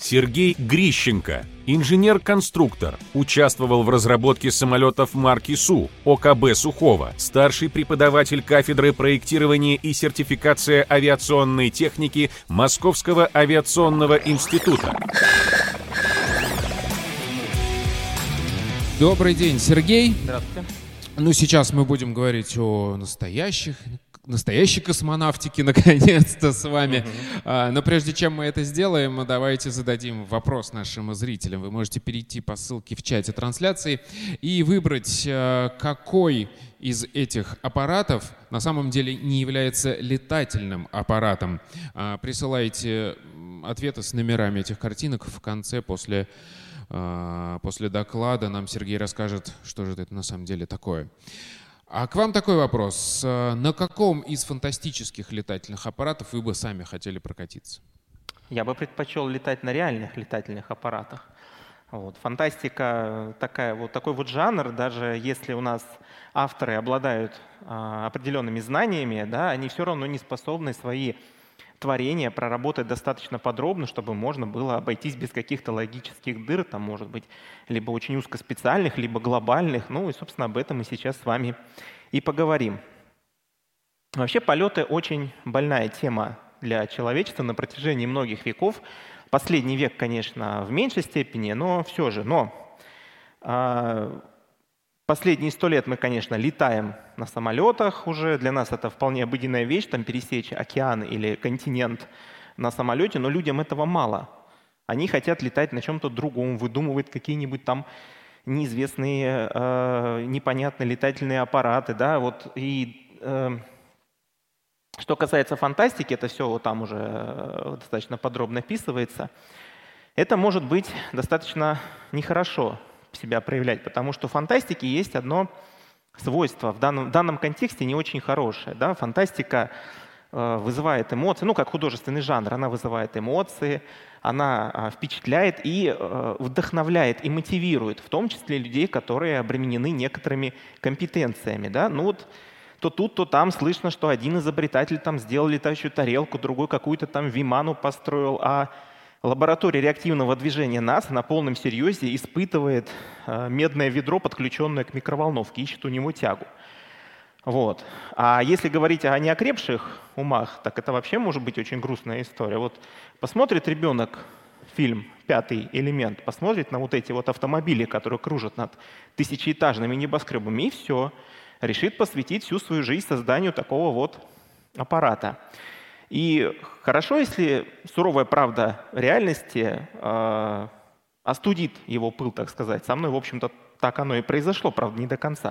Сергей Грищенко, инженер-конструктор, участвовал в разработке самолетов марки Су, ОКБ Сухого, старший преподаватель кафедры проектирования и сертификации авиационной техники Московского авиационного института. Добрый день, Сергей. Здравствуйте. Ну, сейчас мы будем говорить о настоящей космонавтике, наконец-то, с вами. Но прежде чем мы это сделаем, давайте зададим вопрос нашим зрителям. Вы можете перейти по ссылке в чате трансляции и выбрать, какой из этих аппаратов на самом деле не является летательным аппаратом. Присылайте ответы с номерами этих картинок в конце, после доклада нам Сергей расскажет, что же это на самом деле такое. А к вам такой вопрос. На каком из фантастических летательных аппаратов вы бы сами хотели прокатиться? Я бы предпочел летать на реальных летательных аппаратах. Фантастика такой вот жанр, даже если у нас авторы обладают определенными знаниями, да, они все равно не способны свои творения проработать достаточно подробно, чтобы можно было обойтись без каких-то логических дыр, там, может быть, либо очень узкоспециальных, либо глобальных. Ну и, собственно, об этом мы сейчас с вами и поговорим. Вообще, полеты очень больная тема для человечества на протяжении многих веков. Последний век, конечно, в меньшей степени, но все же. Последние 100 лет мы, конечно, летаем на самолетах уже. Для нас это вполне обыденная вещь, там пересечь океан или континент на самолете, но людям этого мало. Они хотят летать на чем-то другом, выдумывать какие-нибудь там неизвестные, непонятные летательные аппараты. Да? Что касается фантастики, это все там уже достаточно подробно описывается. Это может быть достаточно нехорошо себя проявлять, потому что в фантастике есть одно свойство, в данном контексте не очень хорошее. Да? Фантастика вызывает эмоции, как художественный жанр, она вызывает эмоции, она впечатляет и вдохновляет, и мотивирует, в том числе людей, которые обременены некоторыми компетенциями. Да? То тут, то там слышно, что один изобретатель там сделал летающую тарелку, другой какую-то там виману построил, а лаборатория реактивного движения НАСА на полном серьезе испытывает медное ведро, подключенное к микроволновке, ищет у него тягу. А если говорить о неокрепших умах, так это вообще может быть очень грустная история. Посмотрит ребенок фильм «Пятый элемент», посмотрит на эти автомобили, которые кружат над тысячеэтажными небоскребами, и все. Решит посвятить всю свою жизнь созданию такого аппарата. И хорошо, если суровая правда реальности остудит его пыл, так сказать. Со мной, в общем-то, так оно и произошло, правда, не до конца.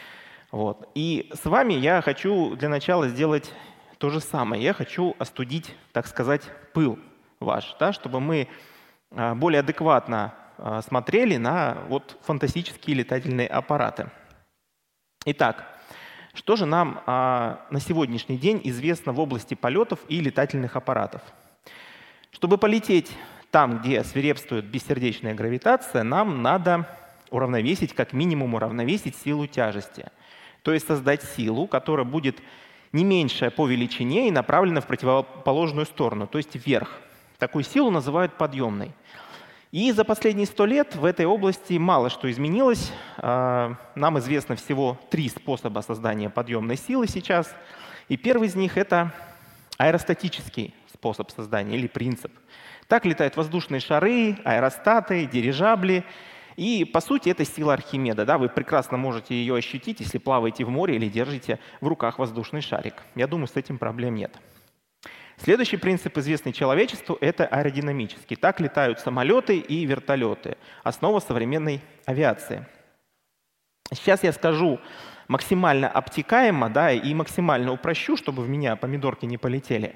И с вами я хочу для начала сделать то же самое. Я хочу остудить, так сказать, пыл ваш, да, чтобы мы более адекватно смотрели на фантастические летательные аппараты. Итак, что же нам на сегодняшний день известно в области полетов и летательных аппаратов? Чтобы полететь там, где свирепствует бессердечная гравитация, нам надо как минимум уравновесить силу тяжести. То есть создать силу, которая будет не меньшая по величине и направлена в противоположную сторону, то есть вверх. Такую силу называют подъемной. И за последние 100 лет в этой области мало что изменилось. Нам известно всего 3 способа создания подъемной силы сейчас. И первый из них — это аэростатический способ создания или принцип. Так летают воздушные шары, аэростаты, дирижабли. И, по сути, это сила Архимеда. Да? Вы прекрасно можете ее ощутить, если плаваете в море или держите в руках воздушный шарик. Я думаю, с этим проблем нет. Следующий принцип, известный человечеству, это аэродинамический. Так летают самолеты и вертолеты. Основа современной авиации. Сейчас я скажу максимально обтекаемо, да, и максимально упрощу, чтобы в меня помидорки не полетели.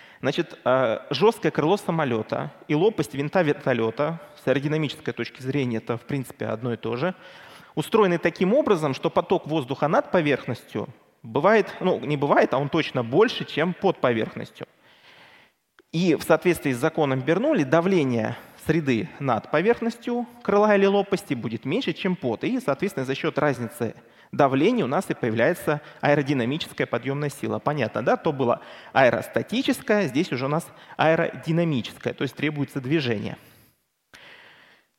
Жесткое крыло самолета и лопасть винта вертолета, с аэродинамической точки зрения это, в принципе, одно и то же, устроены таким образом, что поток воздуха над поверхностью он точно больше, чем под поверхностью. И в соответствии с законом Бернулли давление среды над поверхностью крыла или лопасти будет меньше, чем под. И, соответственно, за счет разницы давления у нас и появляется аэродинамическая подъемная сила. Понятно, да? То было аэростатическое, здесь уже у нас аэродинамическое, то есть требуется движение.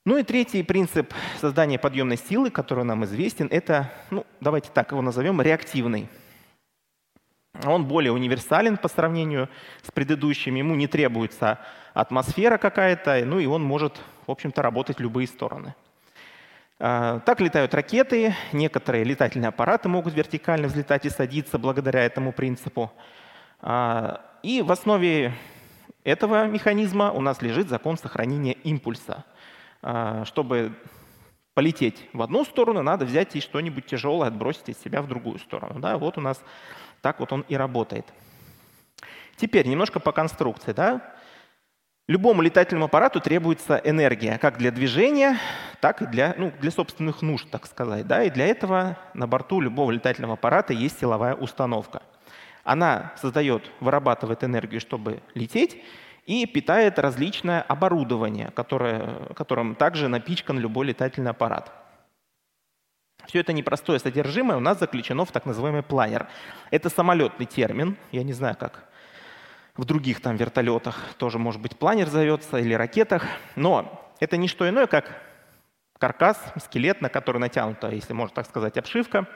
Ну и третий принцип создания подъемной силы, который нам известен, это, давайте так его назовем, реактивный. Он более универсален по сравнению с предыдущими, ему не требуется атмосфера какая-то, и он может, в общем-то, работать в любые стороны. Так летают ракеты, некоторые летательные аппараты могут вертикально взлетать и садиться благодаря этому принципу. И в основе этого механизма у нас лежит закон сохранения импульса. Чтобы полететь в одну сторону, надо взять и что-нибудь тяжелое отбросить от себя в другую сторону. Да? Вот у нас так вот он и работает. Теперь немножко по конструкции. Да? Любому летательному аппарату требуется энергия как для движения, так и для собственных нужд, так сказать. Да? И для этого на борту любого летательного аппарата есть силовая установка. Она вырабатывает энергию, чтобы лететь, и питает различное оборудование, которым также напичкан любой летательный аппарат. Все это непростое содержимое у нас заключено в так называемый планер. Это самолетный термин, я не знаю, как в других там вертолетах тоже, может быть, планер зовется, или ракетах, но это не что иное, как каркас, скелет, на который натянута, если можно так сказать, обшивка.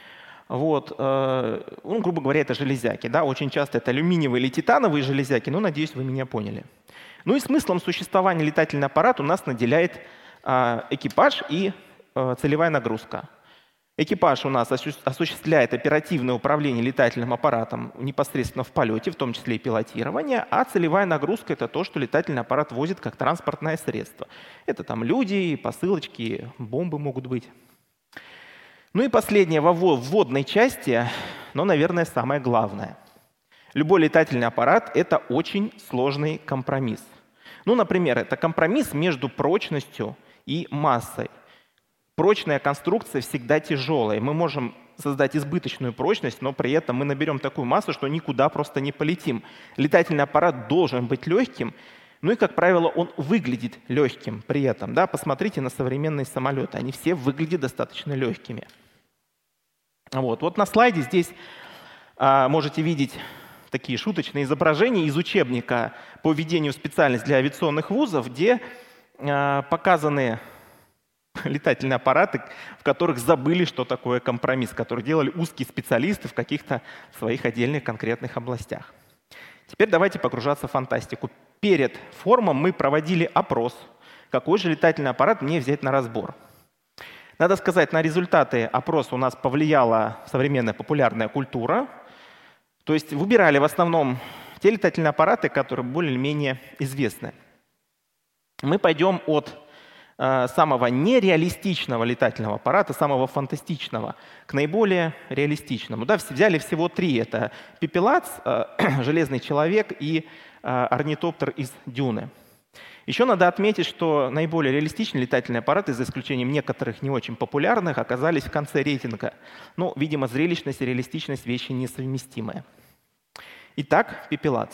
Грубо говоря, это железяки. Да? Очень часто это алюминиевые или титановые железяки, но, надеюсь, вы меня поняли. Ну и смыслом существования летательный аппарат у нас наделяет экипаж и целевая нагрузка. Экипаж у нас осуществляет оперативное управление летательным аппаратом непосредственно в полете, в том числе и пилотирование, а целевая нагрузка — это то, что летательный аппарат возит как транспортное средство. Это там люди, посылочки, бомбы могут быть. Ну и последнее в вводной части, но, наверное, самое главное. Любой летательный аппарат — это очень сложный компромисс. Например, это компромисс между прочностью и массой. Прочная конструкция всегда тяжелая. Мы можем создать избыточную прочность, но при этом мы наберем такую массу, что никуда просто не полетим. Летательный аппарат должен быть легким, и, как правило, он выглядит легким при этом. Да? Посмотрите на современные самолеты, они все выглядят достаточно легкими. Вот на слайде здесь можете видеть такие шуточные изображения из учебника по введению в специальность для авиационных вузов, где показаны летательные аппараты, в которых забыли, что такое компромисс, который делали узкие специалисты в каких-то своих отдельных конкретных областях. Теперь давайте погружаться в фантастику. Перед форумом мы проводили опрос, какой же летательный аппарат мне взять на разбор. Надо сказать, на результаты опроса у нас повлияла современная популярная культура. То есть выбирали в основном те летательные аппараты, которые более-менее известны. Мы пойдем от самого нереалистичного летательного аппарата, самого фантастичного, к наиболее реалистичному. Да, взяли всего три. Это пепелац, железный человек и орнитоптер из Дюны. Еще надо отметить, что наиболее реалистичные летательные аппараты, за исключением некоторых не очень популярных, оказались в конце рейтинга. Видимо, зрелищность и реалистичность — вещи несовместимые. Итак, пепелац.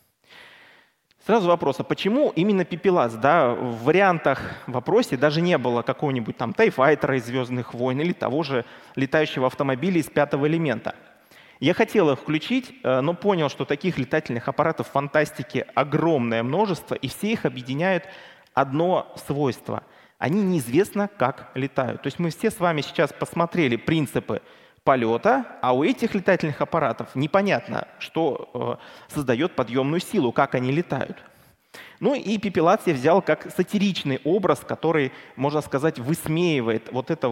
Сразу вопрос, а почему именно пепелац? Да, в вариантах в вопросе даже не было какого-нибудь там тайфайтера из «Звездных войн» или того же летающего автомобиля из «Пятого элемента». Я хотел их включить, но понял, что таких летательных аппаратов фантастики огромное множество, и все их объединяет одно свойство. Они неизвестно как летают. То есть мы все с вами сейчас посмотрели принципы полета, а у этих летательных аппаратов непонятно, что создает подъемную силу, как они летают. И пепелац я взял как сатиричный образ, который, можно сказать, высмеивает вот это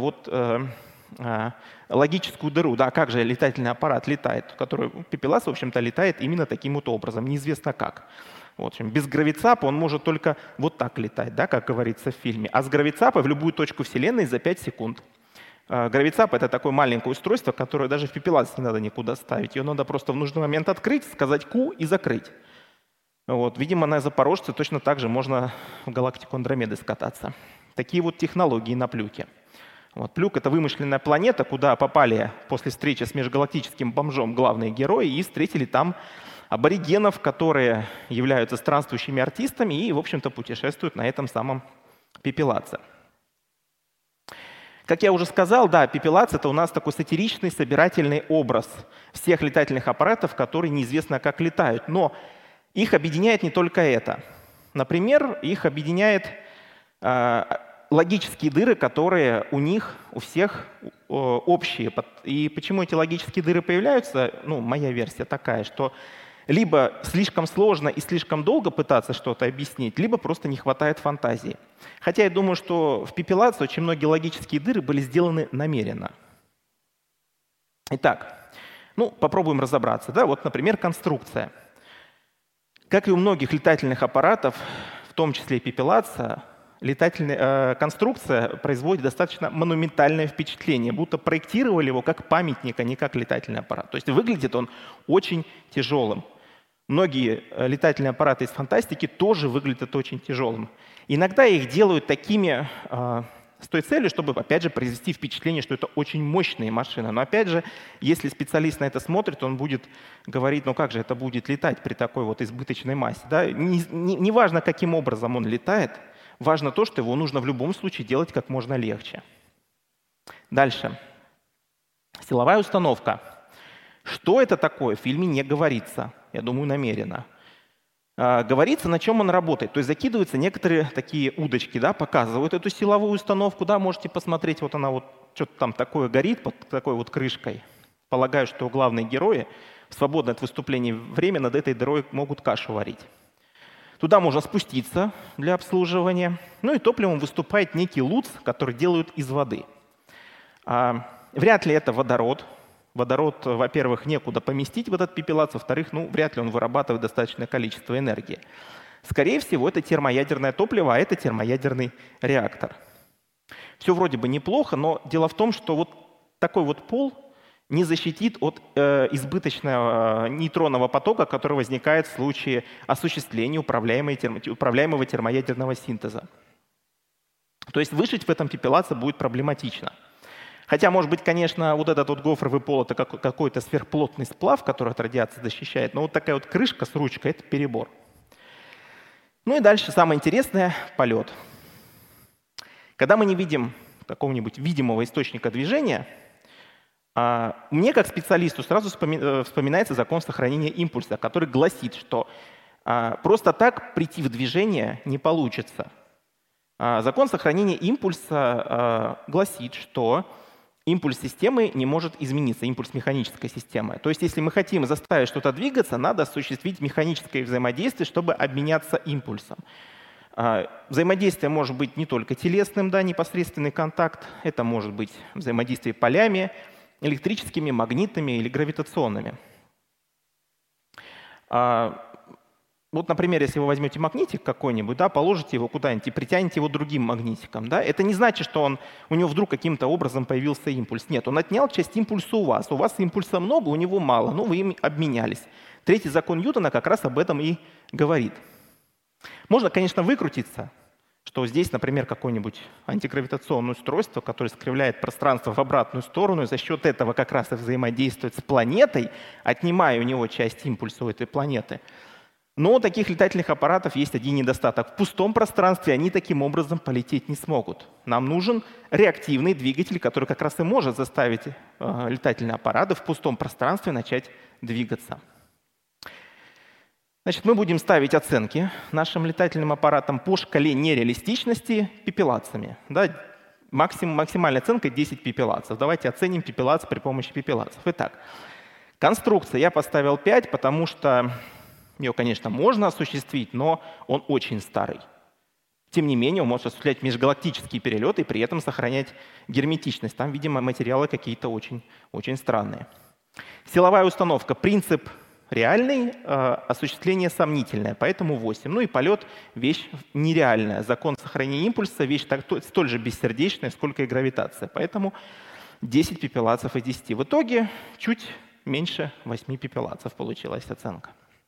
логическую дыру. Да, как же летательный аппарат летает, который пепелац, в общем-то, летает именно таким вот образом, неизвестно как. В общем, без гравицапа он может только вот так летать, да, как говорится в фильме. А с гравицапой в любую точку Вселенной за 5 секунд. Гравицап — это такое маленькое устройство, которое даже в пепелац не надо никуда ставить. Ее надо просто в нужный момент открыть, сказать «ку» и закрыть. Видимо, на Запорожце точно так же можно в галактику Андромеды скататься. Такие вот технологии на Плюке. Плюк — это вымышленная планета, куда попали после встречи с межгалактическим бомжом главные герои и встретили там аборигенов, которые являются странствующими артистами и, в общем-то, путешествуют на этом самом пепелаце. Как я уже сказал, да, пепелац — это у нас такой сатиричный, собирательный образ всех летательных аппаратов, которые неизвестно как летают. Но их объединяет не только это. Например, их объединяет логические дыры, которые у них, у всех общие. И почему эти логические дыры появляются? Ну, моя версия такая, что либо слишком сложно и слишком долго пытаться что-то объяснить, либо просто не хватает фантазии. Хотя я думаю, что в пепелации очень многие логические дыры были сделаны намеренно. Итак, ну, попробуем разобраться. Да? Вот, например, конструкция. Как и у многих летательных аппаратов, в том числе и пепелация, конструкция производит достаточно монументальное впечатление, будто проектировали его как памятник, а не как летательный аппарат. То есть выглядит он очень тяжелым. Многие летательные аппараты из фантастики тоже выглядят очень тяжелым. Иногда их делают такими с той целью, чтобы, опять же, произвести впечатление, что это очень мощные машины. Но, опять же, если специалист на это смотрит, он будет говорить, ну как же это будет летать при такой вот избыточной массе. Да? Не важно, каким образом он летает, важно то, что его нужно в любом случае делать как можно легче. Дальше. Силовая установка. Что это такое, в фильме не говорится. Я думаю, намеренно. Говорится, на чем он работает. То есть закидываются некоторые такие удочки, да, показывают эту силовую установку. Да, можете посмотреть, вот она вот что-то там такое горит под такой вот крышкой. Полагаю, что главные герои в свободное от выступления время над этой дырой могут кашу варить. Туда можно спуститься для обслуживания. Ну и топливом выступает некий луц, который делают из воды. Вряд ли это водород. Водород, во-первых, некуда поместить в этот пепелац, во-вторых, ну, вряд ли он вырабатывает достаточное количество энергии. Скорее всего, это термоядерное топливо, а это термоядерный реактор. Все вроде бы неплохо, но дело в том, что вот такой вот пол не защитит от избыточного нейтронного потока, который возникает в случае осуществления управляемого термоядерного синтеза. То есть выжить в этом пепелаце будет проблематично. Хотя, может быть, конечно, вот этот вот гофровый пол — это какой-то сверхплотный сплав, который от радиации защищает, но вот такая вот крышка с ручкой — это перебор. Ну и дальше самое интересное — полет. Когда мы не видим какого-нибудь видимого источника движения, мне, как специалисту, сразу вспоминается закон сохранения импульса, который гласит, что просто так прийти в движение не получится. Закон сохранения импульса гласит, что импульс системы не может измениться, импульс механической системы. То есть если мы хотим заставить что-то двигаться, надо осуществить механическое взаимодействие, чтобы обменяться импульсом. Взаимодействие может быть не только телесным, да, непосредственный контакт, это может быть взаимодействие полями, электрическими, магнитными или гравитационными. Вот, например, если вы возьмете магнитик какой-нибудь, да, положите его куда-нибудь и притянете его другим магнитиком, да, это не значит, что у него вдруг каким-то образом появился импульс. Нет, он отнял часть импульса у вас. У вас импульса много, у него мало, но вы им обменялись. Третий закон Ньютона как раз об этом и говорит. Можно, конечно, выкрутиться, что здесь, например, какое-нибудь антигравитационное устройство, которое скривляет пространство в обратную сторону, и за счет этого как раз и взаимодействует с планетой, отнимая у него часть импульса у этой планеты. Но у таких летательных аппаратов есть один недостаток. В пустом пространстве они таким образом полететь не смогут. Нам нужен реактивный двигатель, который как раз и может заставить летательные аппараты в пустом пространстве начать двигаться. Значит, мы будем ставить оценки нашим летательным аппаратам по шкале нереалистичности пепелацами. Да, максимальная оценка — 10 пепелацев. Давайте оценим пепелац при помощи пепелацев. Итак, конструкция я поставил 5, потому что ее, конечно, можно осуществить, но он очень старый. Тем не менее, он может осуществлять межгалактические перелеты и при этом сохранять герметичность. Там, видимо, материалы какие-то очень, очень странные. Силовая установка. Принцип реальный, осуществление сомнительное, поэтому 8. Ну и полет — вещь нереальная. Закон сохранения импульса — вещь столь же бессердечная, сколько и гравитация. Поэтому 10 пепелацев из 10. В итоге чуть меньше 8 пепелацев получилась оценка.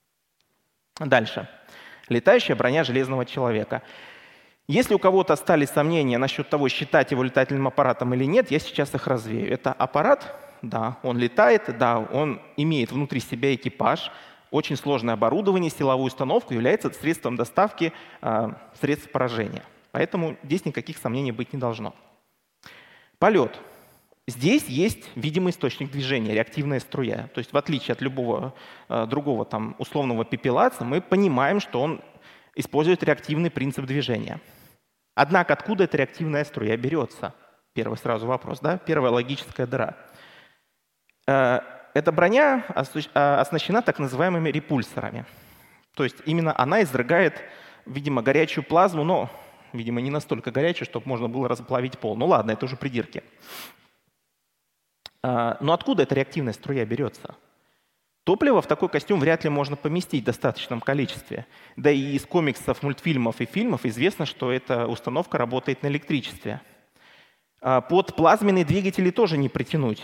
Дальше. Летающая броня Железного человека. Если у кого-то остались сомнения насчет того, считать его летательным аппаратом или нет, я сейчас их развею. Это аппарат, да, он летает, да, он имеет внутри себя экипаж, очень сложное оборудование, силовую установку, является средством доставки средств поражения. Поэтому здесь никаких сомнений быть не должно. Полет. Здесь есть видимый источник движения, реактивная струя. То есть в отличие от любого другого там, условного пепелаца, мы понимаем, что он использует реактивный принцип движения. Однако откуда эта реактивная струя берется? Первый сразу вопрос, да? Первая логическая дыра. Эта броня оснащена так называемыми репульсорами. То есть именно она изрыгает, видимо, горячую плазму, но, видимо, не настолько горячую, чтобы можно было расплавить пол. Ну ладно, это уже придирки. Но откуда эта реактивная струя берется? Топливо в такой костюм вряд ли можно поместить в достаточном количестве. Да и из комиксов, мультфильмов и фильмов известно, что эта установка работает на электричестве. Под плазменные двигатели тоже не притянуть.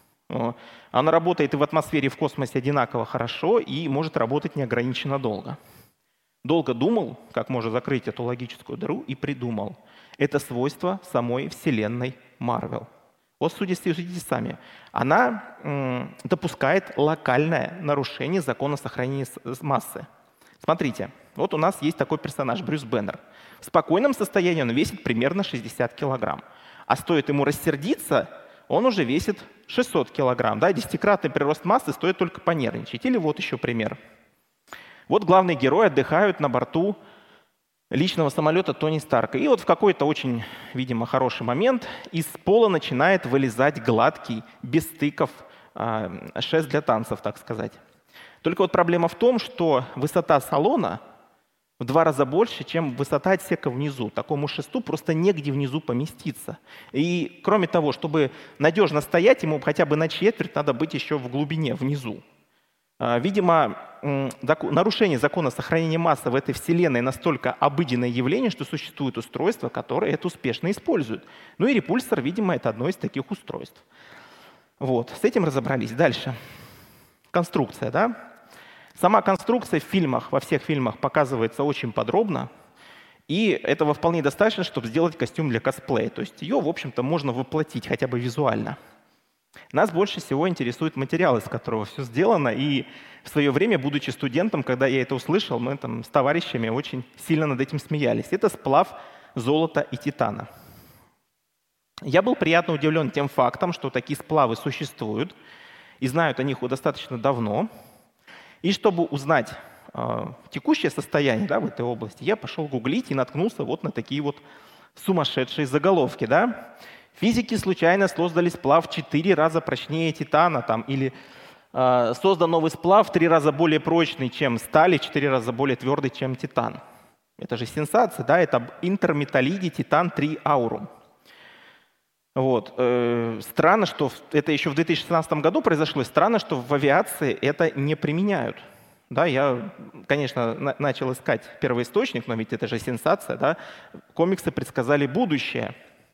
Она работает и в атмосфере, и в космосе одинаково хорошо и может работать неограниченно долго. Долго думал, как можно закрыть эту логическую дыру, и придумал. Это свойство самой вселенной Марвел. Вот судите сами. Она допускает локальное нарушение закона сохранения массы. Смотрите, вот у нас есть такой персонаж, Брюс Бэннер. В спокойном состоянии он весит примерно 60 килограмм. А стоит ему рассердиться, он уже весит 600 килограмм. Да? 10-кратный прирост массы стоит только понервничать. Или вот еще пример. Вот главные герои отдыхают на борту личного самолета Тони Старка. И вот в какой-то очень, видимо, хороший момент из пола начинает вылезать гладкий, без стыков, шест для танцев, так сказать. Только вот проблема в том, что высота салона в 2 раза больше, чем высота отсека внизу. Такому шесту просто негде внизу поместиться. И кроме того, чтобы надежно стоять, ему хотя бы на четверть надо быть еще в глубине, внизу. Видимо, нарушение закона сохранения массы в этой вселенной настолько обыденное явление, что существуют устройства, которые это успешно используют. Ну и репульсор, видимо, это одно из таких устройств. Вот, с этим разобрались. Дальше. Конструкция, да? Сама конструкция в фильмах, во всех фильмах показывается очень подробно. И этого вполне достаточно, чтобы сделать костюм для косплея. То есть ее, в общем-то, можно воплотить хотя бы визуально. Нас больше всего интересует материал, из которого все сделано. И в свое время, будучи студентом, когда я это услышал, мы там с товарищами очень сильно над этим смеялись. Это сплав золота и титана. Я был приятно удивлен тем фактом, что такие сплавы существуют, и знают о них достаточно давно. И чтобы узнать текущее состояние, да, в этой области, я пошел гуглить и наткнулся вот на такие вот сумасшедшие заголовки. Да? Физики случайно создали сплав в 4 раза прочнее титана, там, или создан новый сплав в 3 раза более прочный, чем сталь, 4 раза более твердый, чем титан. Это же сенсация, да? Это об интерметаллиде титан-3 аурум. Вот. Странно, что это еще в 2016 году произошло, и странно, что в авиации это не применяют. Да, я, конечно, начал искать первоисточник, но ведь это же сенсация. Да? Комиксы предсказали будущее.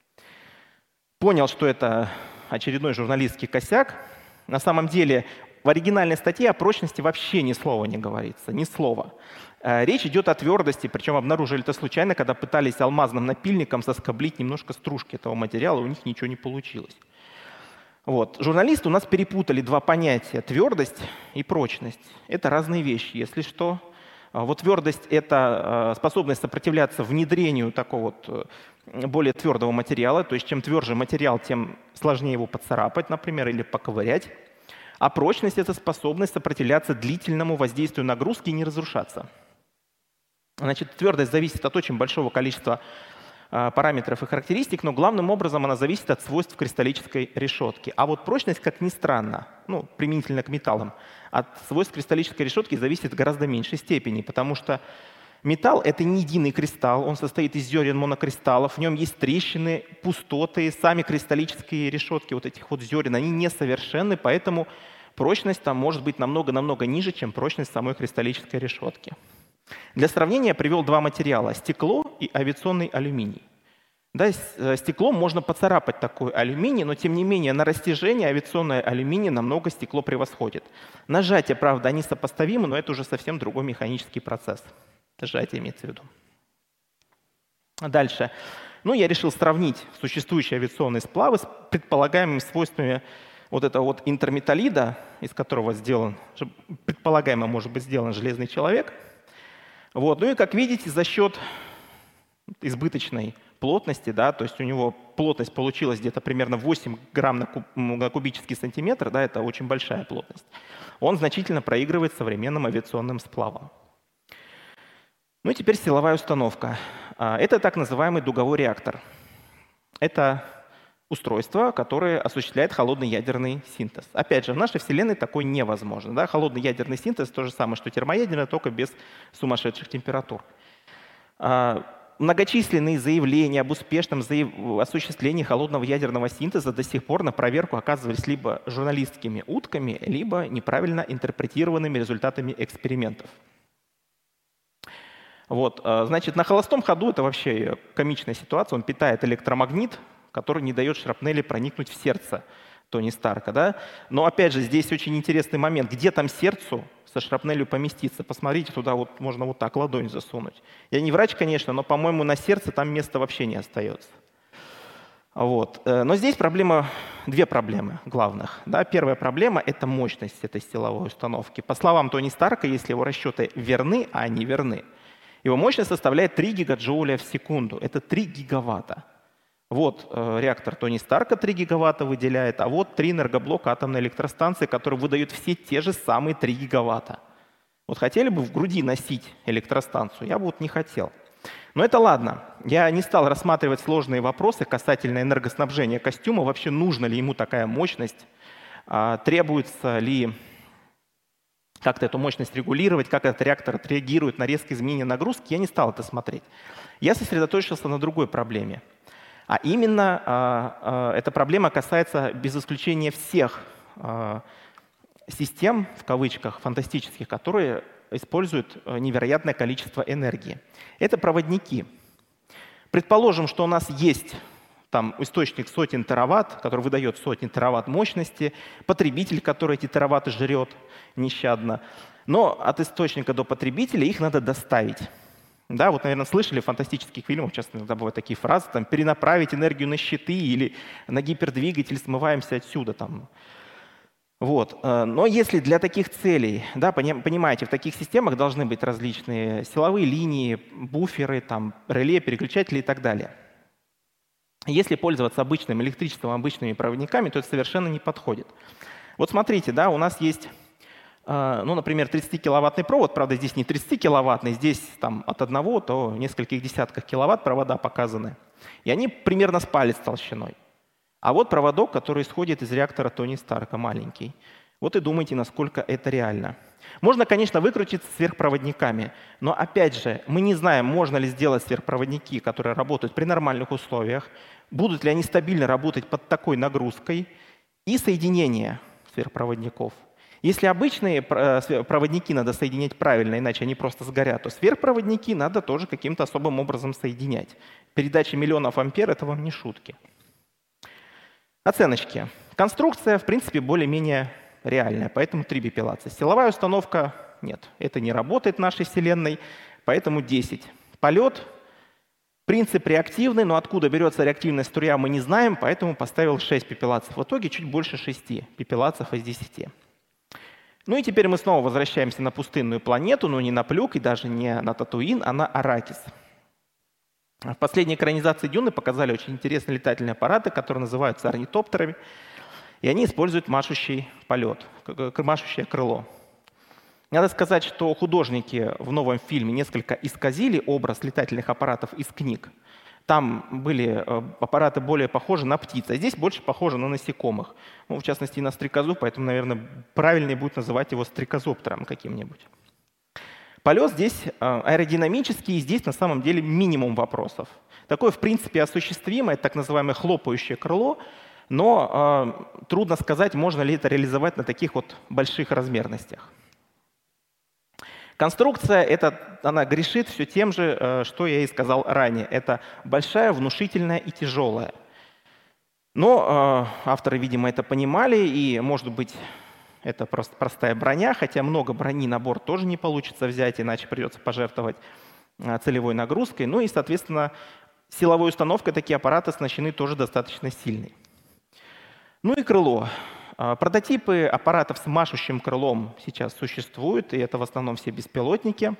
Понял, что это очередной журналистский косяк. На самом деле в оригинальной статье о прочности вообще ни слова не говорится, ни слова. Речь идет о твердости, причем обнаружили это случайно, когда пытались алмазным напильником соскоблить немножко стружки этого материала, у них ничего не получилось. Вот. Журналисты у нас перепутали 2 понятия – твердость и прочность. Это разные вещи, если что. Вот твердость – это способность сопротивляться внедрению такого вот более твердого материала, то есть чем тверже материал, тем сложнее его поцарапать, например, или поковырять. А прочность – это способность сопротивляться длительному воздействию нагрузки и не разрушаться. Значит, твердость зависит от очень большого количества параметров и характеристик, но главным образом она зависит от свойств кристаллической решетки. А вот прочность, как ни странно, ну, применительно к металлам, от свойств кристаллической решетки зависит в гораздо меньшей степени, потому что металл — это не единый кристалл, он состоит из зерен монокристаллов, в нем есть трещины, пустоты, сами кристаллические решетки вот этих вот зерен, они несовершенны, поэтому прочность там может быть намного-намного ниже, чем прочность самой кристаллической решетки. Для сравнения я привел 2 материала – стекло и авиационный алюминий. Да, стеклом можно поцарапать такой алюминий, но тем не менее на растяжение авиационное алюминий намного стекло превосходит. Нажатие, правда, они сопоставимы, но это уже совсем другой механический процесс. Нажатие имеется в виду. Дальше. Ну, я решил сравнить существующие авиационные сплавы с предполагаемыми свойствами вот этого вот интерметаллида, из которого сделан, предполагаемо может быть сделан железный человек. Вот. Ну и, как видите, за счет избыточной плотности, да, то есть у него плотность получилась где-то примерно 8 грамм на кубический сантиметр, да, это очень большая плотность, он значительно проигрывает современным авиационным сплавам. Ну и теперь силовая установка. Это так называемый дуговой реактор. Это устройство, которое осуществляет холодный ядерный синтез. Опять же, в нашей Вселенной такой невозможно. Да? Холодный ядерный синтез — то же самое, что термоядерный, только без сумасшедших температур. Многочисленные заявления об успешном осуществлении холодного ядерного синтеза до сих пор на проверку оказывались либо журналистскими утками, либо неправильно интерпретированными результатами экспериментов. Вот. Значит, на холостом ходу это вообще комичная ситуация. Он питает электромагнит, который не дает шрапнели проникнуть в сердце Тони Старка. Да? Но опять же, здесь очень интересный момент. Где там сердцу со шрапнелью поместиться? Посмотрите, туда вот можно вот так ладонь засунуть. Я не врач, конечно, но, по-моему, на сердце там места вообще не остается. Вот. Но здесь две проблемы главных. Да? Первая проблема — это мощность этой силовой установки. По словам Тони Старка, если его расчеты верны, а они верны, его мощность составляет 3 гигаджоуля в секунду. Это 3 гигаватта. Вот реактор Тони Старка 3 гигаватта выделяет, а вот 3 энергоблока атомной электростанции, которые выдают все те же самые 3 гигаватта. Вот хотели бы в груди носить электростанцию? Я бы вот не хотел. Но это ладно. Я не стал рассматривать сложные вопросы касательно энергоснабжения костюма. Вообще нужна ли ему такая мощность? Требуется ли как-то эту мощность регулировать? Как этот реактор отреагирует на резкие изменения нагрузки? Я не стал это смотреть. Я сосредоточился на другой проблеме. А именно эта проблема касается без исключения всех систем, в кавычках, фантастических, которые используют невероятное количество энергии. Это проводники. Предположим, что у нас есть там источник сотен тераватт, который выдает сотни тераватт мощности, потребитель, который эти тераватты жрет нещадно. Но от источника до потребителя их надо доставить. Да, вот, наверное, слышали в фантастических фильмах, сейчас иногда бывают такие фразы, там, перенаправить энергию на щиты или на гипердвигатель, смываемся отсюда. Там. Вот. Но если для таких целей, да, понимаете, в таких системах должны быть различные силовые линии, буферы, там, реле, переключатели и так далее. Если пользоваться обычным электричеством, обычными проводниками, то это совершенно не подходит. Вот смотрите, да, у нас есть, ну, например, 30-киловаттный провод, правда, здесь не 30-киловаттный, здесь там, от 1 до нескольких десятков киловатт провода показаны. И они примерно с палец толщиной. А вот проводок, который исходит из реактора Тони Старка, маленький. Вот и думайте, насколько это реально. Можно, конечно, выкрутиться сверхпроводниками, но, опять же, мы не знаем, можно ли сделать сверхпроводники, которые работают при нормальных условиях, будут ли они стабильно работать под такой нагрузкой, и соединение сверхпроводников. Если обычные проводники надо соединять правильно, иначе они просто сгорят, то сверхпроводники надо тоже каким-то особым образом соединять. Передача миллионов ампер — это вам не шутки. Оценочки. Конструкция, в принципе, более-менее реальная, поэтому 3 бипилации. Силовая установка — нет, это не работает в нашей Вселенной, поэтому 10. Полет. Принцип реактивный, но откуда берется реактивная струя, мы не знаем, поэтому поставил 6 пепелаций. В итоге чуть больше 6 пепелаций из 10. Ну и теперь мы снова возвращаемся на пустынную планету, но не на Плюк и даже не на Татуин, а на Аракис. В последней экранизации «Дюны» показали очень интересные летательные аппараты, которые называются орнитоптерами, и они используют машущий полет, машущее крыло. Надо сказать, что художники в новом фильме несколько исказили образ летательных аппаратов из книг. Там были аппараты более похожи на птиц, а здесь больше похожи на насекомых. Ну, в частности, на стрекозу, поэтому, наверное, правильнее будет называть его стрекозоптером каким-нибудь. Полет здесь аэродинамический, и здесь на самом деле минимум вопросов. Такое, в принципе, осуществимое, так называемое хлопающее крыло, но трудно сказать, можно ли это реализовать на таких вот больших размерностях. Конструкция, она грешит все тем же, что я и сказал ранее. Это большая, внушительная и тяжелая. Но авторы, видимо, это понимали, и, может быть, это просто простая броня, хотя много брони на борт тоже не получится взять, иначе придется пожертвовать целевой нагрузкой. Ну и, соответственно, силовой установкой такие аппараты оснащены тоже достаточно сильной. Ну и крыло. Прототипы аппаратов с машущим крылом сейчас существуют, и это в основном все беспилотники.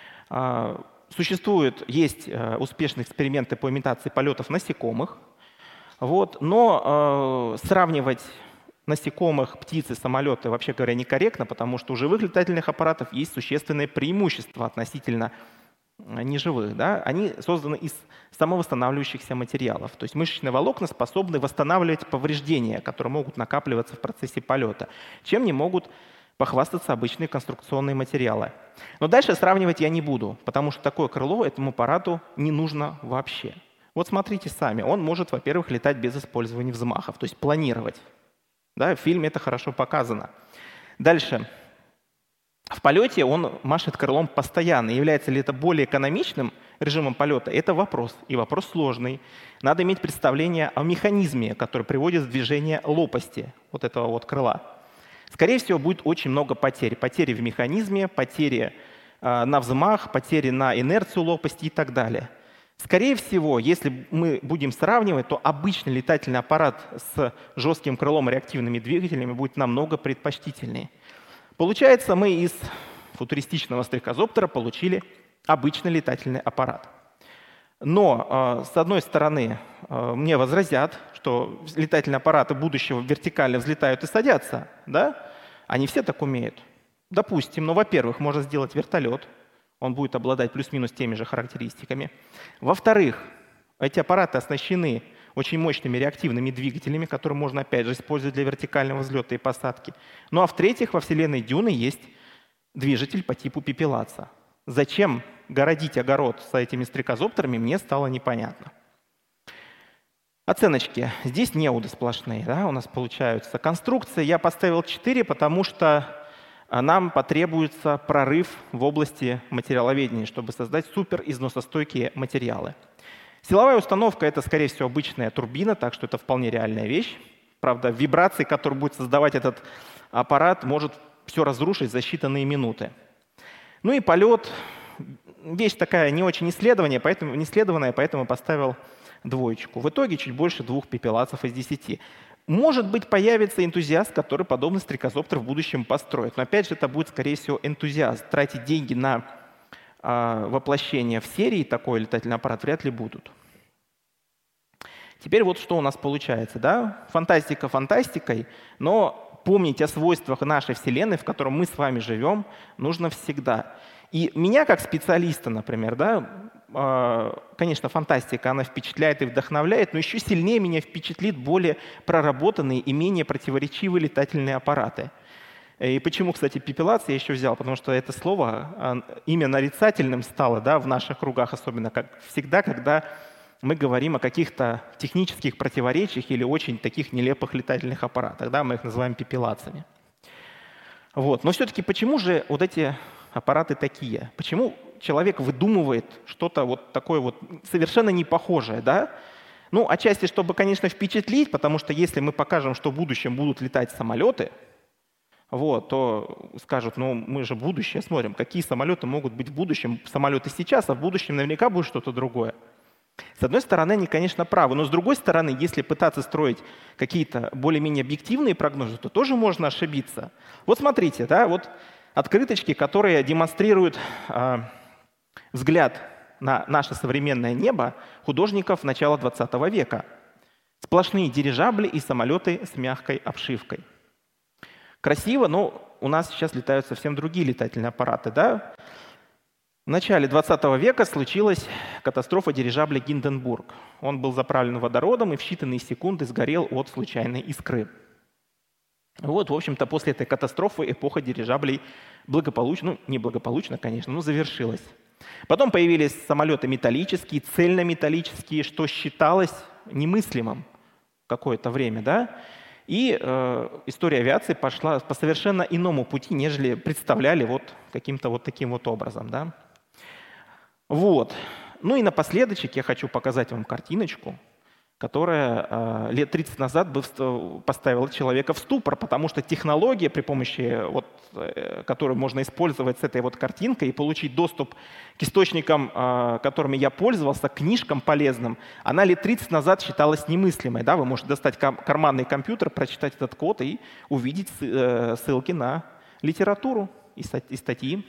Есть успешные эксперименты по имитации полетов насекомых. Вот. Но сравнивать насекомых, птиц и самолеты, вообще говоря, некорректно, потому что у живых летательных аппаратов есть существенное преимущество относительно неживых, да, они созданы из самовосстанавливающихся материалов. То есть мышечные волокна способны восстанавливать повреждения, которые могут накапливаться в процессе полета, чем не могут похвастаться обычные конструкционные материалы. Но дальше сравнивать я не буду, потому что такое крыло этому аппарату не нужно вообще. Вот смотрите сами, он может, во-первых, летать без использования взмахов, то есть планировать. Да, в фильме это хорошо показано. Дальше. В полете он машет крылом постоянно. Является ли это более экономичным режимом полета? Это вопрос. И вопрос сложный. Надо иметь представление о механизме, который приводит в движение лопасти вот этого вот крыла. Скорее всего, будет очень много потерь. Потери в механизме, потери на взмах, потери на инерцию лопасти и так далее. Скорее всего, если мы будем сравнивать, то обычный летательный аппарат с жестким крылом и реактивными двигателями будет намного предпочтительнее. Получается, мы из футуристичного стрекозоптера получили обычный летательный аппарат. Но, с одной стороны, мне возразят, что летательные аппараты будущего вертикально взлетают и садятся. Да? Они все так умеют. Допустим, но, во-первых, можно сделать вертолет. Он будет обладать плюс-минус теми же характеристиками. Во-вторых, эти аппараты оснащены очень мощными реактивными двигателями, которые можно, опять же, использовать для вертикального взлета и посадки. Ну а в-третьих, во вселенной Дюны есть движитель по типу пепелаца. Зачем городить огород с этими стрекозоптерами, мне стало непонятно. Оценочки. Здесь неуды сплошные, да, у нас получаются. Конструкции я поставил 4, потому что нам потребуется прорыв в области материаловедения, чтобы создать суперизносостойкие материалы. Силовая установка — это, скорее всего, обычная турбина, так что это вполне реальная вещь. Правда, вибрации, которые будет создавать этот аппарат, может все разрушить за считанные минуты. Ну и полет — вещь такая не очень исследованная, поэтому поставил 2. В итоге чуть больше 2 пепелацев из 10. Может быть, появится энтузиаст, который подобный стрекозоптер в будущем построит. Но опять же, это будет, скорее всего, энтузиаст. Тратить деньги на воплощение в серии такой летательный аппарат вряд ли будут. Теперь вот что у нас получается. Да? Фантастика фантастикой, но помнить о свойствах нашей Вселенной, в которой мы с вами живем, нужно всегда. И меня как специалиста, например, да, конечно, фантастика, она впечатляет и вдохновляет, но еще сильнее меня впечатлит более проработанные и менее противоречивые летательные аппараты. И почему, кстати, пепелац я еще взял? Потому что это слово, имя нарицательным стало, да, в наших кругах, особенно как всегда, когда мы говорим о каких-то технических противоречиях или очень таких нелепых летательных аппаратах. Да, мы их называем пепелацами. Вот. Но все-таки почему же вот эти аппараты такие? Почему человек выдумывает что-то вот такое вот совершенно не похожее? Да? Ну, отчасти, чтобы, конечно, впечатлить, потому что если мы покажем, что в будущем будут летать самолеты, вот, то скажут, ну мы же будущее смотрим, какие самолеты могут быть в будущем, самолеты сейчас, а в будущем наверняка будет что-то другое. С одной стороны, они, конечно, правы, но с другой стороны, если пытаться строить какие-то более-менее объективные прогнозы, то тоже можно ошибиться. Вот смотрите, да, вот открыточки, которые демонстрируют взгляд на наше современное небо художников начала 20 века. Сплошные дирижабли и самолеты с мягкой обшивкой. Красиво, но у нас сейчас летают совсем другие летательные аппараты. Да? В начале 20 века случилась катастрофа дирижабля «Гинденбург». Он был заправлен водородом и в считанные секунды сгорел от случайной искры. Вот, в общем-то, после этой катастрофы эпоха дирижаблей благополучно, ну, неблагополучно, конечно, но завершилась. Потом появились самолеты металлические, цельнометаллические, что считалось немыслимым какое-то время, да? И история авиации пошла по совершенно иному пути, нежели представляли вот каким-то вот таким вот образом, да? Вот. Ну и напоследочек я хочу показать вам картиночку, которая лет 30 назад бы поставила человека в ступор, потому что технология, при помощи которую можно использовать с этой вот картинкой и получить доступ к источникам, которыми я пользовался, к книжкам полезным, она лет 30 назад считалась немыслимой. Да? Вы можете достать карманный компьютер, прочитать этот код и увидеть ссылки на литературу и статьи.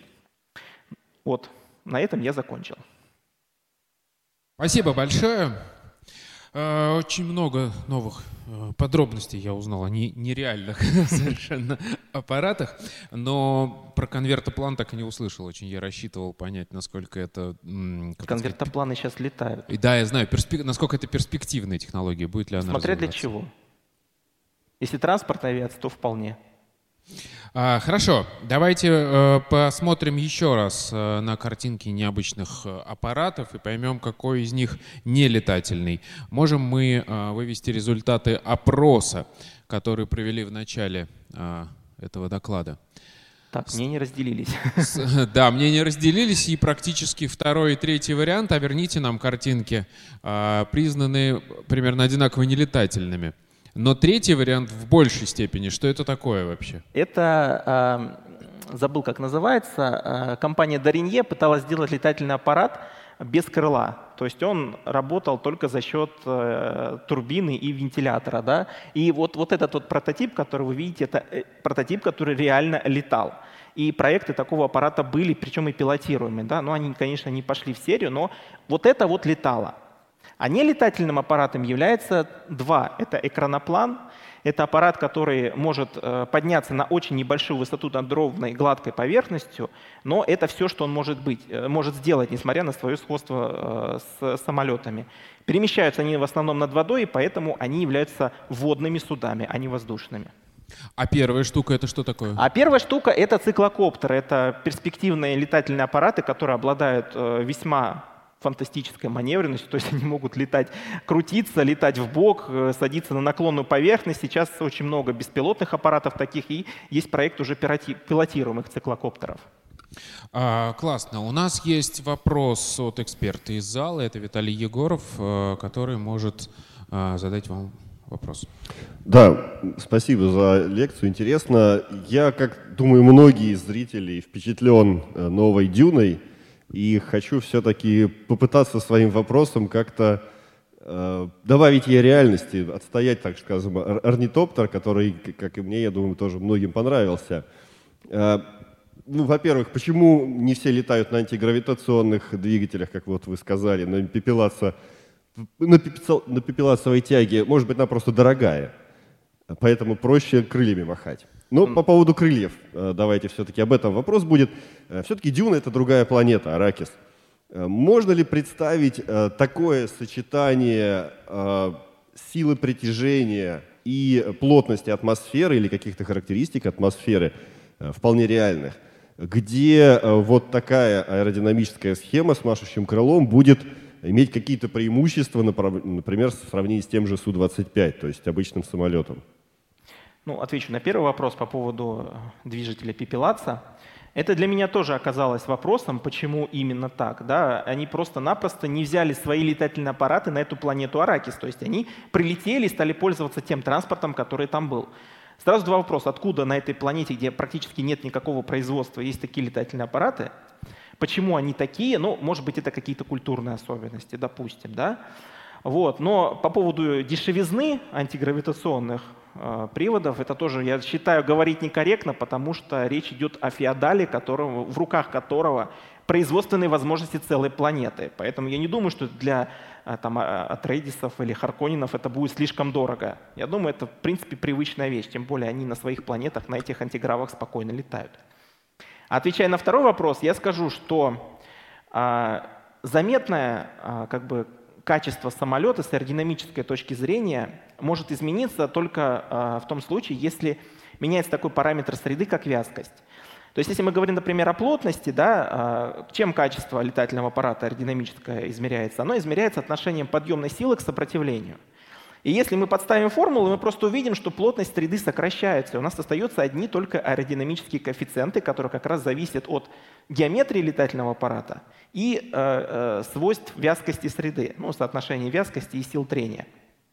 Вот, на этом я закончил. Спасибо большое. Очень много новых подробностей я узнал о нереальных совершенно аппаратах, но про конвертоплан так и не услышал. Очень я рассчитывал понять, насколько это... Конвертопланы сейчас летают. Да, я знаю, насколько это перспективная технология, будет ли она Смотря для развиваться. чего. Если транспортная авиация, то вполне. Хорошо, давайте посмотрим еще раз на картинки необычных аппаратов и поймем, какой из них нелетательный. Можем мы вывести результаты опроса, который провели в начале этого доклада? Так, мнения разделились. Да, мнения разделились, и практически второй и третий вариант, а верните нам картинки, признаны примерно одинаково нелетательными. Но третий вариант в большей степени. Что это такое вообще? Это, забыл, как называется, компания Dornier пыталась сделать летательный аппарат без крыла. То есть он работал только за счет турбины и вентилятора. Да? И вот этот вот прототип, который вы видите, это прототип, который реально летал. И проекты такого аппарата были, причем и пилотируемые. Да? Но они, конечно, не пошли в серию, но вот это вот летало. А нелетательным аппаратом является два. Это экраноплан. Это аппарат, который может подняться на очень небольшую высоту над ровной гладкой поверхностью, но это все, что он может сделать, несмотря на свое сходство с самолетами. Перемещаются они в основном над водой, и поэтому они являются водными судами, а не воздушными. А первая штука — это что такое? А первая штука — это циклокоптеры. Это перспективные летательные аппараты, которые обладают весьма фантастической маневренностью, то есть они могут летать, крутиться, летать в бок, садиться на наклонную поверхность. Сейчас очень много беспилотных аппаратов таких, и есть проект уже пилотируемых циклокоптеров. Классно. У нас есть вопрос от эксперта из зала. Это Виталий Егоров, который может задать вам вопрос. Да, спасибо за лекцию. Интересно. Я, как думаю, многие из зрителей впечатлен новой «Дюной». И хочу все-таки попытаться своим вопросом как-то добавить ей реальности, отстоять, так скажем, орнитоптер, который, как и мне, я думаю, тоже многим понравился. Во-первых, почему не все летают на антигравитационных двигателях, как вот вы сказали, на пепеласовой тяге? Может быть, она просто дорогая, поэтому проще крыльями махать. Но по поводу крыльев, давайте все-таки об этом вопрос будет. Все-таки Дюна — это другая планета, Аракис. Можно ли представить такое сочетание силы притяжения и плотности атмосферы или каких-то характеристик атмосферы вполне реальных, где вот такая аэродинамическая схема с машущим крылом будет иметь какие-то преимущества, например, в сравнении с тем же Су-25, то есть обычным самолетом? Отвечу на первый вопрос по поводу движителя пепелаца. Это для меня тоже оказалось вопросом, почему именно так. Да? Они просто-напросто не взяли свои летательные аппараты на эту планету Аракис. То есть они прилетели и стали пользоваться тем транспортом, который там был. Сразу два вопроса. Откуда на этой планете, где практически нет никакого производства, есть такие летательные аппараты? Почему они такие? Может быть, это какие-то культурные особенности, допустим. Да? Но по поводу дешевизны антигравитационных приводов, это тоже, я считаю, говорить некорректно, потому что речь идет о феодале, в руках которого производственные возможности целой планеты. Поэтому я не думаю, что для Атрейдисов или Харконненов это будет слишком дорого. Я думаю, это в принципе привычная вещь, тем более они на своих планетах, на этих антигравах спокойно летают. Отвечая на второй вопрос, я скажу, что заметное качество самолета с аэродинамической точки зрения может измениться только в том случае, если меняется такой параметр среды, как вязкость. То есть если мы говорим, например, о плотности, чем качество летательного аппарата аэродинамическое измеряется? Оно измеряется отношением подъемной силы к сопротивлению. И если мы подставим формулу, мы просто увидим, что плотность среды сокращается. И у нас остаются одни только аэродинамические коэффициенты, которые как раз зависят от геометрии летательного аппарата и свойств вязкости среды, соотношения вязкости и сил трения.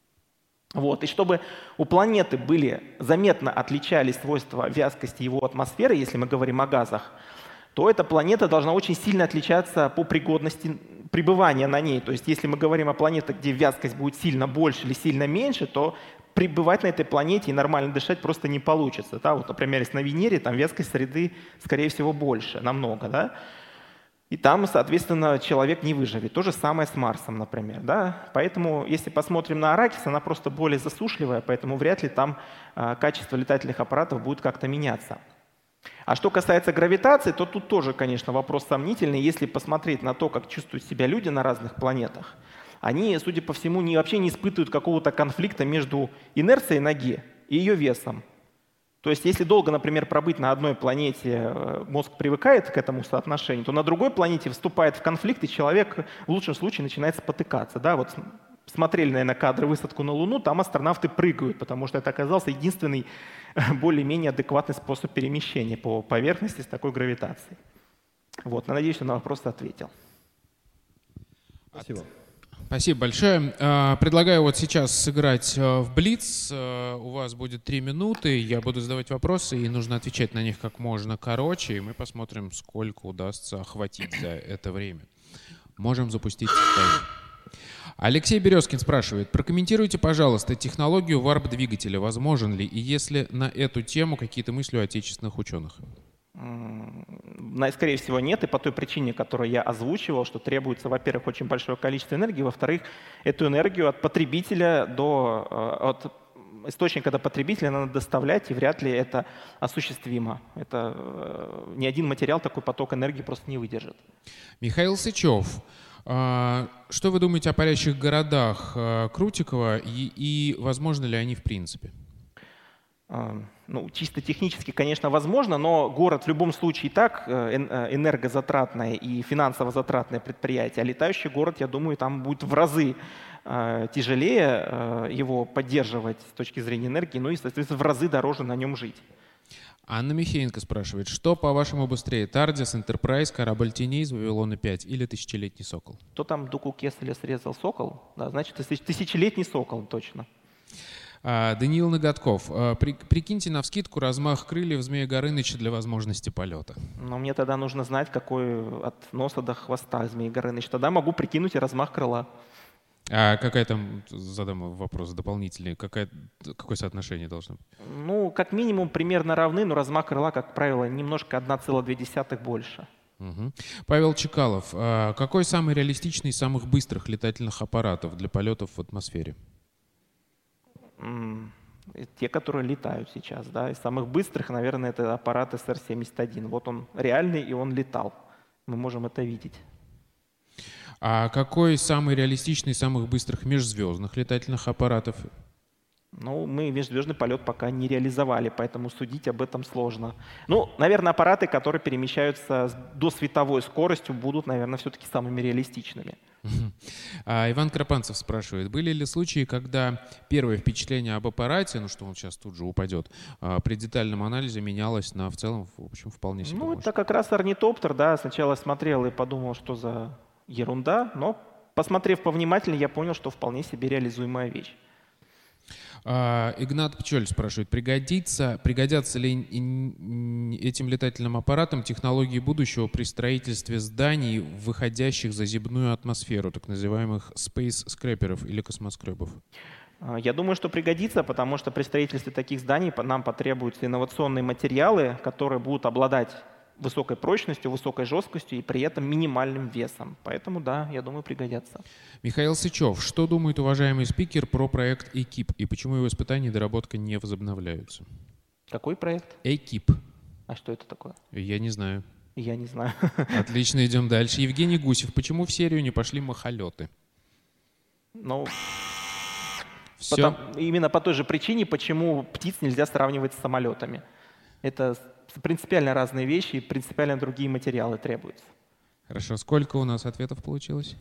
И чтобы у планеты заметно отличались свойства вязкости его атмосферы, если мы говорим о газах, то эта планета должна очень сильно отличаться по пригодности пребывания на ней. То есть если мы говорим о планете, где вязкость будет сильно больше или сильно меньше, то пребывать на этой планете и нормально дышать просто не получится. Например, если на Венере, там вязкость среды, скорее всего, больше, намного. И там, соответственно, человек не выживет. То же самое с Марсом, например. Да? Поэтому, если посмотрим на Аракис, она просто более засушливая, поэтому вряд ли там качество летательных аппаратов будет как-то меняться. А что касается гравитации, то тут тоже, конечно, вопрос сомнительный. Если посмотреть на то, как чувствуют себя люди на разных планетах, они, судя по всему, вообще не испытывают какого-то конфликта между инерцией ноги и ее весом. То есть если долго, например, пробыть на одной планете, мозг привыкает к этому соотношению, то на другой планете вступает в конфликт, и человек в лучшем случае начинает спотыкаться. Да? Вот смотрели, наверное, кадры высадку на Луну, там астронавты прыгают, потому что это оказался единственный более-менее адекватный способ перемещения по поверхности с такой гравитацией. Вот, надеюсь, я на вопрос ответил. Спасибо. Спасибо большое. Предлагаю вот сейчас сыграть в Блиц. У вас будет 3 минуты. Я буду задавать вопросы, и нужно отвечать на них как можно короче. И мы посмотрим, сколько удастся охватить за это время. Можем запустить таймер. Алексей Березкин спрашивает. Прокомментируйте, пожалуйста, технологию варп-двигателя. Возможен ли? И если на эту тему какие-то мысли у отечественных ученых? Скорее всего, нет, и по той причине, которую я озвучивал, что требуется, во-первых, очень большое количество энергии, во-вторых, эту энергию от потребителя от источника до потребителя надо доставлять, и вряд ли это осуществимо. Ни один материал такой поток энергии просто не выдержит. Михаил Сычев. Что вы думаете о парящих городах Крутикова и возможно ли они в принципе? Чисто технически, конечно, возможно, но город в любом случае и так энергозатратное и финансово затратное предприятие, а летающий город, я думаю, там будет в разы тяжелее его поддерживать с точки зрения энергии, и, соответственно, в разы дороже на нем жить. Анна Михеенко спрашивает, что, по-вашему, быстрее, Тардис, Энтерпрайз, корабль теней из Вавилона 5 или тысячелетний сокол? Кто там дуку Кесселя срезал сокол? Да, значит, тысячелетний сокол, точно. Даниил Ноготков. Прикиньте навскидку размах крыльев Змея Горыныча для возможности полета. Но мне тогда нужно знать, какой от носа до хвоста Змей Горыныч. Тогда могу прикинуть и размах крыла. А какая там, задам вопрос дополнительный, какое соотношение должно быть? Как минимум примерно равны, но размах крыла, как правило, немножко 1,2 больше. Угу. Павел Чекалов. Какой самый реалистичный из самых быстрых летательных аппаратов для полетов в атмосфере? Те, которые летают сейчас, да, из самых быстрых, наверное, это аппарат СР-71. Вот он реальный, и он летал. Мы можем это видеть. А какой самый реалистичный из самых быстрых межзвездных летательных аппаратов? Мы межзвездный полет пока не реализовали, поэтому судить об этом сложно. Наверное, аппараты, которые перемещаются до световой скоростью, будут, наверное, все-таки самыми реалистичными. Иван Кропанцев спрашивает, были ли случаи, когда первое впечатление об аппарате, что он сейчас тут же упадет, при детальном анализе менялось на в целом, в общем, вполне себе можно? Это как раз орнитоптер, да, сначала смотрел и подумал, что за ерунда, но посмотрев повнимательнее, я понял, что вполне себе реализуемая вещь. Игнат Пчель спрашивает, пригодятся ли этим летательным аппаратам технологии будущего при строительстве зданий, выходящих за земную атмосферу, так называемых space-скрэперов или космоскребов? Я думаю, что пригодится, потому что при строительстве таких зданий нам потребуются инновационные материалы, которые будут обладать высокой прочностью, высокой жесткостью и при этом минимальным весом. Поэтому, да, я думаю, пригодятся. Михаил Сычев. Что думает уважаемый спикер про проект «Экип» и почему его испытания и доработка не возобновляются? Какой проект? «Экип». А что это такое? Я не знаю. Я не знаю. Отлично, идем дальше. Евгений Гусев. Почему в серию не пошли махолеты? Все? Именно по той же причине, почему птиц нельзя сравнивать с самолетами. Это принципиально разные вещи и принципиально другие материалы требуются. Хорошо. Сколько у нас ответов получилось?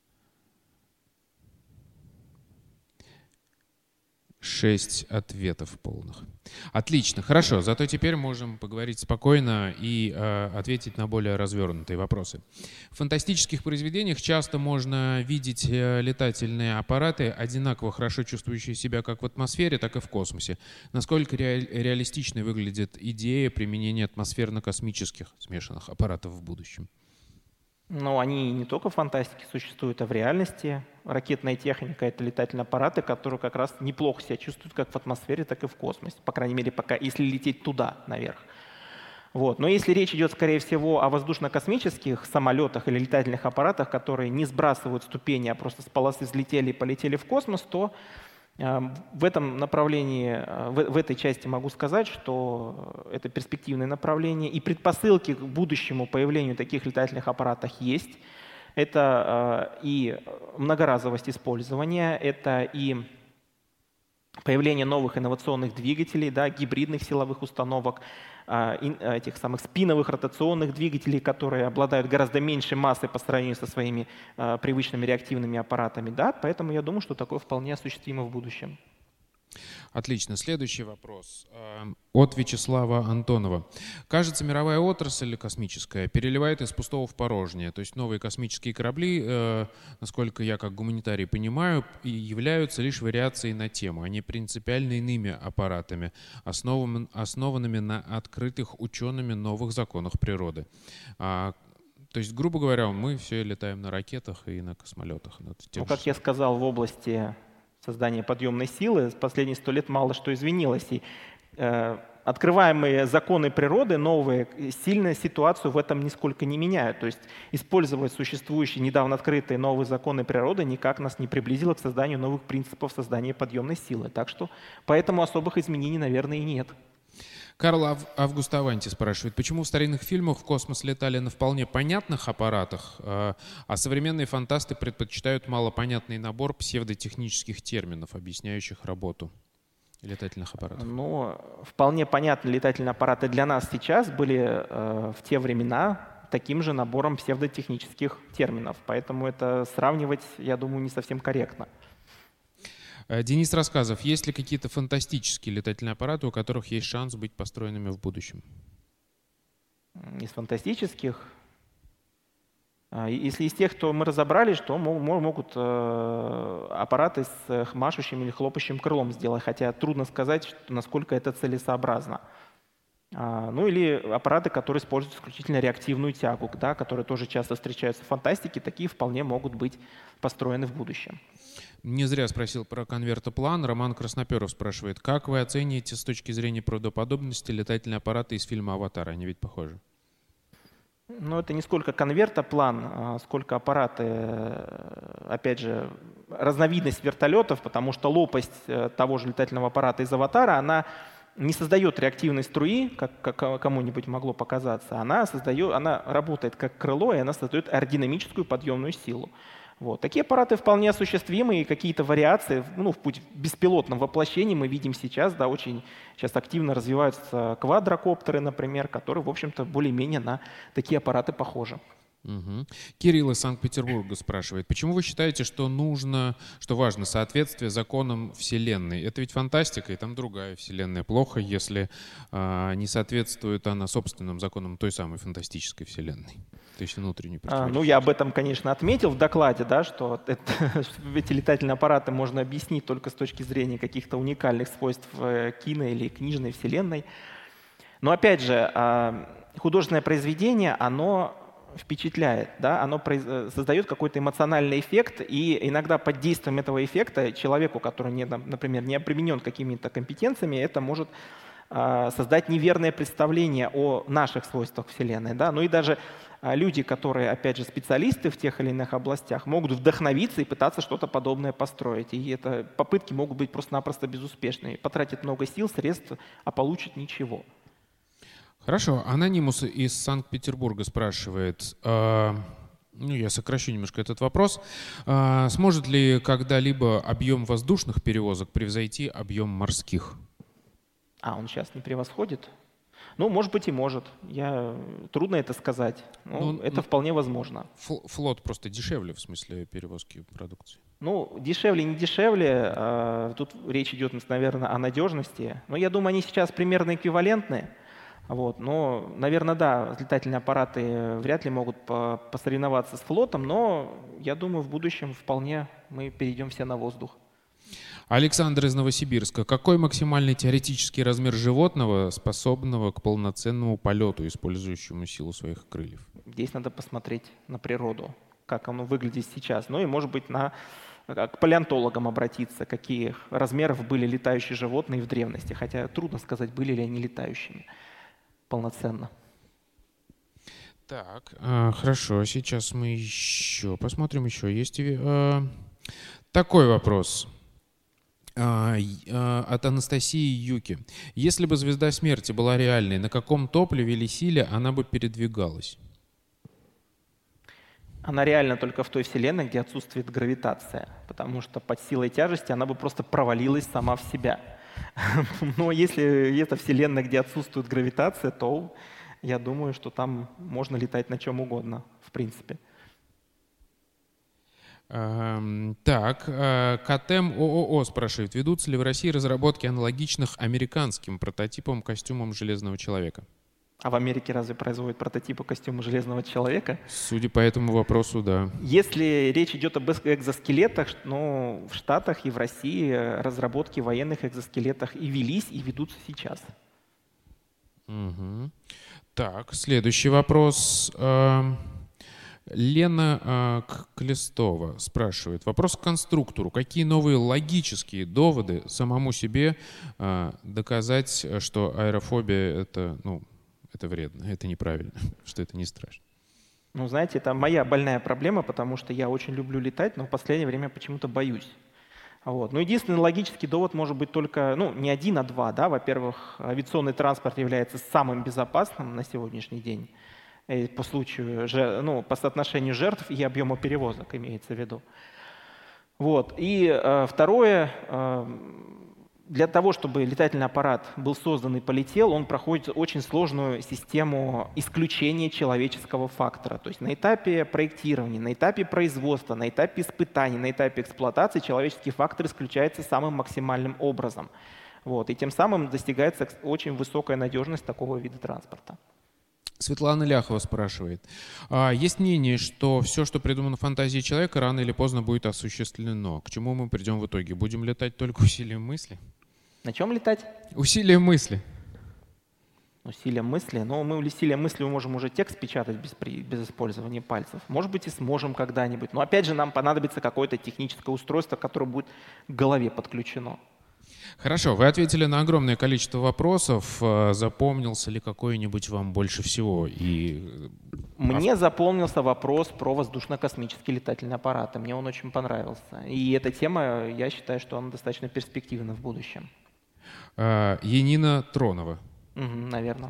6 ответов полных. Отлично, хорошо. Зато теперь можем поговорить спокойно и ответить на более развернутые вопросы. В фантастических произведениях часто можно видеть летательные аппараты, одинаково хорошо чувствующие себя как в атмосфере, так и в космосе. Насколько реалистичной выглядит идея применения атмосферно-космических смешанных аппаратов в будущем? Они не только в фантастике существуют, а в реальности. Ракетная техника — это летательные аппараты, которые как раз неплохо себя чувствуют как в атмосфере, так и в космосе. По крайней мере, пока, если лететь туда, наверх. Вот. Но если речь идет, скорее всего, о воздушно-космических самолетах или летательных аппаратах, которые не сбрасывают ступени, а просто с полосы взлетели и полетели в космос, то в этом направлении, в этой части могу сказать, что это перспективное направление, и предпосылки к будущему появлению таких летательных аппаратов есть. Это и многоразовость использования, это и появление новых инновационных двигателей, да, гибридных силовых установок, этих самых спиновых ротационных двигателей, которые обладают гораздо меньшей массой по сравнению со своими привычными реактивными аппаратами. Да? Поэтому я думаю, что такое вполне осуществимо в будущем. Отлично. Следующий вопрос от Вячеслава Антонова. Кажется, мировая отрасль космическая переливает из пустого в порожнее. То есть новые космические корабли, насколько я как гуманитарий понимаю, являются лишь вариацией на тему, а не принципиально иными аппаратами, основанными на открытых учеными новых законах природы. То есть, грубо говоря, мы все летаем на ракетах и на космолетах. Ну, как я сказал, в области создания подъемной силы в последние 100 лет мало что изменилось. И открываемые законы природы, новые, сильно ситуацию в этом нисколько не меняют. То есть использовать существующие, недавно открытые новые законы природы никак нас не приблизило к созданию новых принципов создания подъемной силы. Так что поэтому особых изменений, наверное, и нет. Карл Август Аванти спрашивает, почему в старинных фильмах в космос летали на вполне понятных аппаратах, а современные фантасты предпочитают малопонятный набор псевдотехнических терминов, объясняющих работу летательных аппаратов? Ну, вполне понятные летательные аппараты для нас сейчас были в те времена таким же набором псевдотехнических терминов. Поэтому это сравнивать, я думаю, не совсем корректно. Денис Рассказов. Есть ли какие-то фантастические летательные аппараты, у которых есть шанс быть построенными в будущем? Из фантастических? Если из тех, кто мы разобрали, что могут аппараты с машущим или хлопающим крылом сделать, хотя трудно сказать, насколько это целесообразно. Ну или аппараты, которые используют исключительно реактивную тягу, да, которые тоже часто встречаются в фантастике, такие вполне могут быть построены в будущем. Не зря спросил про конвертоплан. Роман Красноперов спрашивает, как вы оцениваете с точки зрения правдоподобности летательные аппараты из фильма «Аватар»? Они ведь похожи. Ну, это не сколько конвертоплан, сколько аппараты, опять же, разновидность вертолетов, потому что лопасть того же летательного аппарата из «Аватара», она не создает реактивной струи, как кому-нибудь могло показаться, она работает как крыло, и она создает аэродинамическую подъемную силу. Вот. Такие аппараты вполне осуществимы, и какие-то вариации, в беспилотном воплощении мы видим сейчас, да, очень сейчас активно развиваются квадрокоптеры, например, которые, в общем-то, более-менее на такие аппараты похожи. Угу. Кирилл из Санкт-Петербурга спрашивает, почему вы считаете, что важно соответствие законам Вселенной? Это ведь фантастика, и там другая Вселенная. Плохо, если не соответствует она собственным законам той самой фантастической Вселенной. То есть внутренней противоречия. Я об этом, конечно, отметил в докладе, да, что эти летательные аппараты можно объяснить только с точки зрения каких-то уникальных свойств кино- или книжной Вселенной. Но опять же, художественное произведение, оно впечатляет, да? Оно создает какой-то эмоциональный эффект, и иногда под действием этого эффекта человеку, который, например, не обременен какими-то компетенциями, это может создать неверное представление о наших свойствах Вселенной. Да? Ну и даже люди, которые, опять же, специалисты в тех или иных областях, могут вдохновиться и пытаться что-то подобное построить. И это попытки могут быть просто-напросто безуспешными. Потратят много сил, средств, а получат ничего. Хорошо. Анонимус из Санкт-Петербурга спрашивает, я сокращу немножко этот вопрос, сможет ли когда-либо объем воздушных перевозок превзойти объем морских? Он сейчас не превосходит? Может быть и может. Трудно это сказать. Это вполне возможно. Флот просто дешевле в смысле перевозки продукции? Дешевле, не дешевле. Тут речь идет, наверное, о надежности. Но я думаю, они сейчас примерно эквивалентны. Но, наверное, да, летательные аппараты вряд ли могут посоревноваться с флотом, но я думаю, в будущем вполне мы перейдем все на воздух. Александр из Новосибирска. Какой максимальный теоретический размер животного, способного к полноценному полету, использующему силу своих крыльев? Здесь надо посмотреть на природу, как оно выглядит сейчас. И, может быть, к палеонтологам обратиться, каких размеров были летающие животные в древности. Хотя трудно сказать, были ли они летающими полноценно. Так, хорошо, сейчас мы еще посмотрим, еще есть такой вопрос от Анастасии Юки. Если бы звезда смерти была реальной, на каком топливе или силе она бы передвигалась? Она реальна только в той вселенной, где отсутствует гравитация, потому что под силой тяжести она бы просто провалилась сама в себя. Но если это вселенная, где отсутствует гравитация, то я думаю, что там можно летать на чем угодно, в принципе. Так, КТМ ООО спрашивает, ведутся ли в России разработки аналогичных американским прототипам костюмам Железного человека? А в Америке разве производят прототипы костюма Железного человека? Судя по этому вопросу, да. Если речь идет об экзоскелетах, в Штатах и в России разработки военных экзоскелетах и велись, и ведутся сейчас. Угу. Так, следующий вопрос. Лена Клестова спрашивает. Вопрос к конструктору. Какие новые логические доводы самому себе доказать, что аэрофобия это вредно, это неправильно, что это не страшно? Знаете, это моя больная проблема, потому что я очень люблю летать, но в последнее время почему-то боюсь. Единственный логический довод может быть только, не один, а два. Да? Во-первых, авиационный транспорт является самым безопасным на сегодняшний день по по соотношению жертв и объема перевозок, имеется в виду. И второе, для того, чтобы летательный аппарат был создан и полетел, он проходит очень сложную систему исключения человеческого фактора. То есть на этапе проектирования, на этапе производства, на этапе испытаний, на этапе эксплуатации человеческий фактор исключается самым максимальным образом. И тем самым достигается очень высокая надежность такого вида транспорта. Светлана Ляхова спрашивает. Есть мнение, что все, что придумано фантазией человека, рано или поздно будет осуществлено. К чему мы придем в итоге? Будем летать только усилием мысли? На чем летать? Усилием мысли. Усилием мысли? Мы усилием мысли можем уже текст печатать без использования пальцев. Может быть, и сможем когда-нибудь. Но опять же, нам понадобится какое-то техническое устройство, которое будет к голове подключено. Хорошо, вы ответили на огромное количество вопросов. Запомнился ли какой-нибудь вам больше всего? Мне запомнился вопрос про воздушно-космические летательные аппараты. Мне он очень понравился. И эта тема, я считаю, что она достаточно перспективна в будущем. Янина Тронова. Наверное.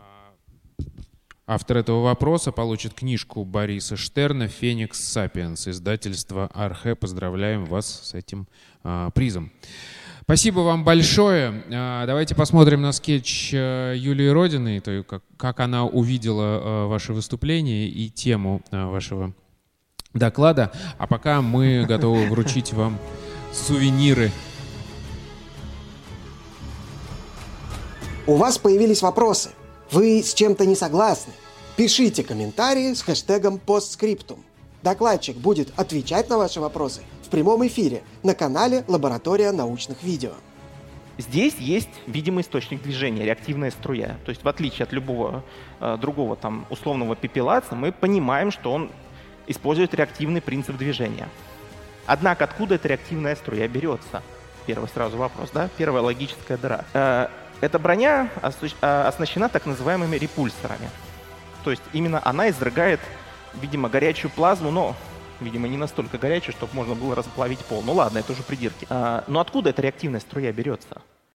Автор этого вопроса получит книжку Бориса Штерна «Феникс Сапиенс», издательство Архе. Поздравляем вас с этим призом. Спасибо вам большое. Давайте посмотрим на скетч Юлии Родиной, как она увидела ваше выступление и тему вашего доклада. А пока мы готовы вручить вам сувениры. У вас появились вопросы. Вы с чем-то не согласны? Пишите комментарии с хэштегом постскриптум. Докладчик будет отвечать на ваши вопросы в прямом эфире на канале «Лаборатория научных видео». Здесь есть видимый источник движения, реактивная струя. То есть в отличие от любого другого условного пепелаца, мы понимаем, что он использует реактивный принцип движения. Однако откуда эта реактивная струя берется? Первый сразу вопрос, да? Первая логическая дыра. Эта броня оснащена так называемыми репульсорами. То есть именно она изрыгает, видимо, горячую плазму, но, видимо, не настолько горячую, чтобы можно было расплавить пол. Ладно, это уже придирки. Но откуда эта реактивная струя берется?